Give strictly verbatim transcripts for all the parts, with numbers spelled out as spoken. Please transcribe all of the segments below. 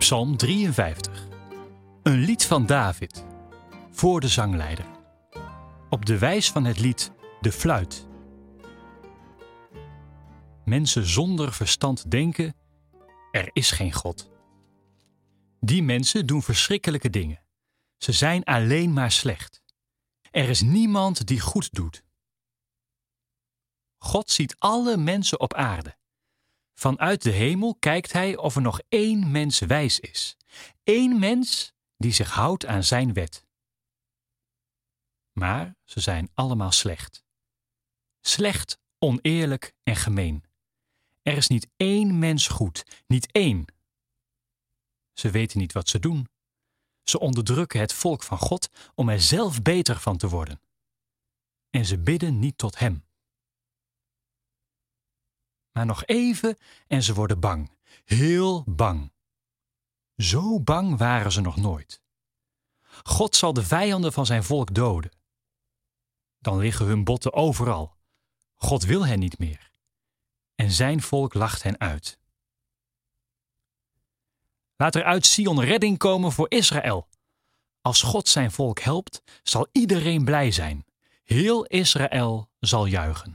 Psalm drieënvijftig. Een lied van David, voor de zangleider. Op de wijs van het lied De Fluit. Mensen zonder verstand denken, er is geen God. Die mensen doen verschrikkelijke dingen. Ze zijn alleen maar slecht. Er is niemand die goed doet. God ziet alle mensen op aarde. Vanuit de hemel kijkt hij of er nog één mens wijs is. Eén mens die zich houdt aan zijn wet. Maar ze zijn allemaal slecht. Slecht, oneerlijk en gemeen. Er is niet één mens goed, niet één. Ze weten niet wat ze doen. Ze onderdrukken het volk van God om er zelf beter van te worden. En ze bidden niet tot hem. Maar nog even en ze worden bang, heel bang. Zo bang waren ze nog nooit. God zal de vijanden van zijn volk doden. Dan liggen hun botten overal. God wil hen niet meer. En zijn volk lacht hen uit. Laat er uit Sion redding komen voor Israël. Als God zijn volk helpt, zal iedereen blij zijn. Heel Israël zal juichen.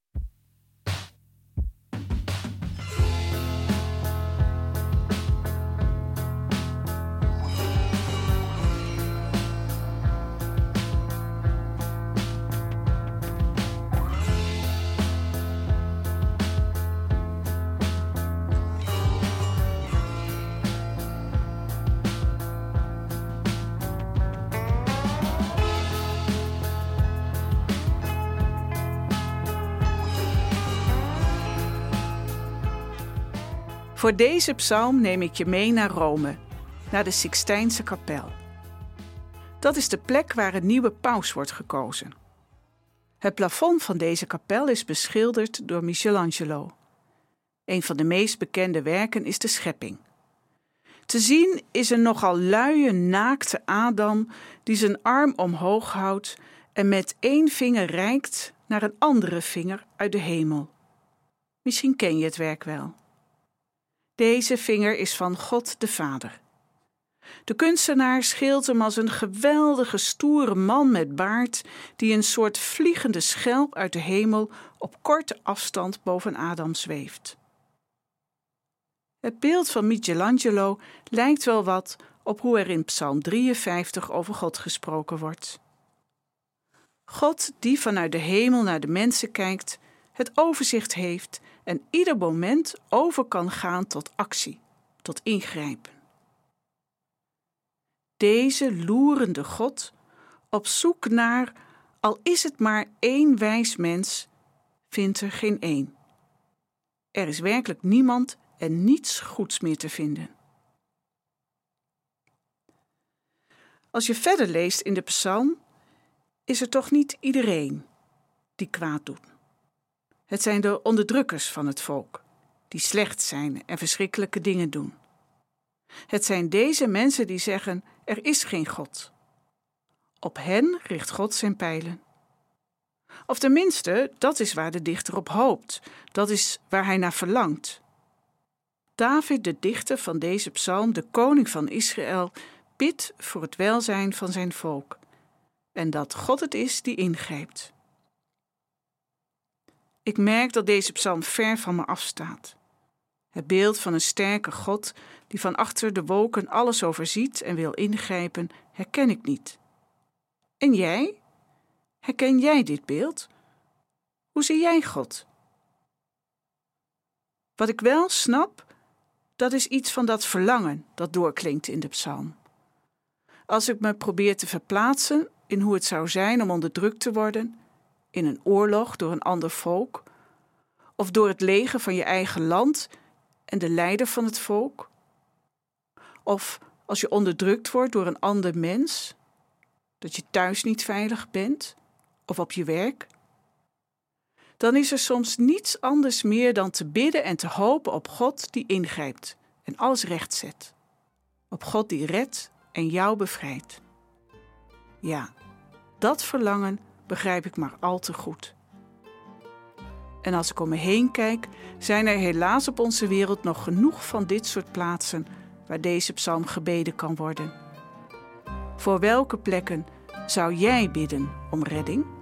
Voor deze psalm neem ik je mee naar Rome, naar de Sixtijnse kapel. Dat is de plek waar een nieuwe paus wordt gekozen. Het plafond van deze kapel is beschilderd door Michelangelo. Een van de meest bekende werken is de Schepping. Te zien is een nogal luie, naakte Adam die zijn arm omhoog houdt en met één vinger reikt naar een andere vinger uit de hemel. Misschien ken je het werk wel. Deze vinger is van God de Vader. De kunstenaar schildert hem als een geweldige stoere man met baard die een soort vliegende schelp uit de hemel op korte afstand boven Adam zweeft. Het beeld van Michelangelo lijkt wel wat op hoe er in Psalm drieënvijftig over God gesproken wordt. God die vanuit de hemel naar de mensen kijkt, het overzicht heeft en ieder moment over kan gaan tot actie, tot ingrijpen. Deze loerende God, op zoek naar, al is het maar één wijs mens, vindt er geen één. Er is werkelijk niemand en niets goeds meer te vinden. Als je verder leest in de psalm, is er toch niet iedereen die kwaad doet. Het zijn de onderdrukkers van het volk, die slecht zijn en verschrikkelijke dingen doen. Het zijn deze mensen die zeggen, er is geen God. Op hen richt God zijn pijlen. Of tenminste, dat is waar de dichter op hoopt, dat is waar hij naar verlangt. David, de dichter van deze psalm, de koning van Israël, bidt voor het welzijn van zijn volk. En dat God het is die ingrijpt. Ik merk dat deze psalm ver van me afstaat. Het beeld van een sterke God die van achter de wolken alles overziet en wil ingrijpen, herken ik niet. En jij? Herken jij dit beeld? Hoe zie jij God? Wat ik wel snap, dat is iets van dat verlangen dat doorklinkt in de psalm. Als ik me probeer te verplaatsen in hoe het zou zijn om onderdrukt te worden, in een oorlog door een ander volk, of door het leger van je eigen land en de leider van het volk, of als je onderdrukt wordt door een ander mens, dat je thuis niet veilig bent, of op je werk, dan is er soms niets anders meer dan te bidden en te hopen op God die ingrijpt en alles recht zet. Op God die redt en jou bevrijdt. Ja, dat verlangen begrijp ik maar al te goed. En als ik om me heen kijk, zijn er helaas op onze wereld nog genoeg van dit soort plaatsen waar deze psalm gebeden kan worden. Voor welke plekken zou jij bidden om redding?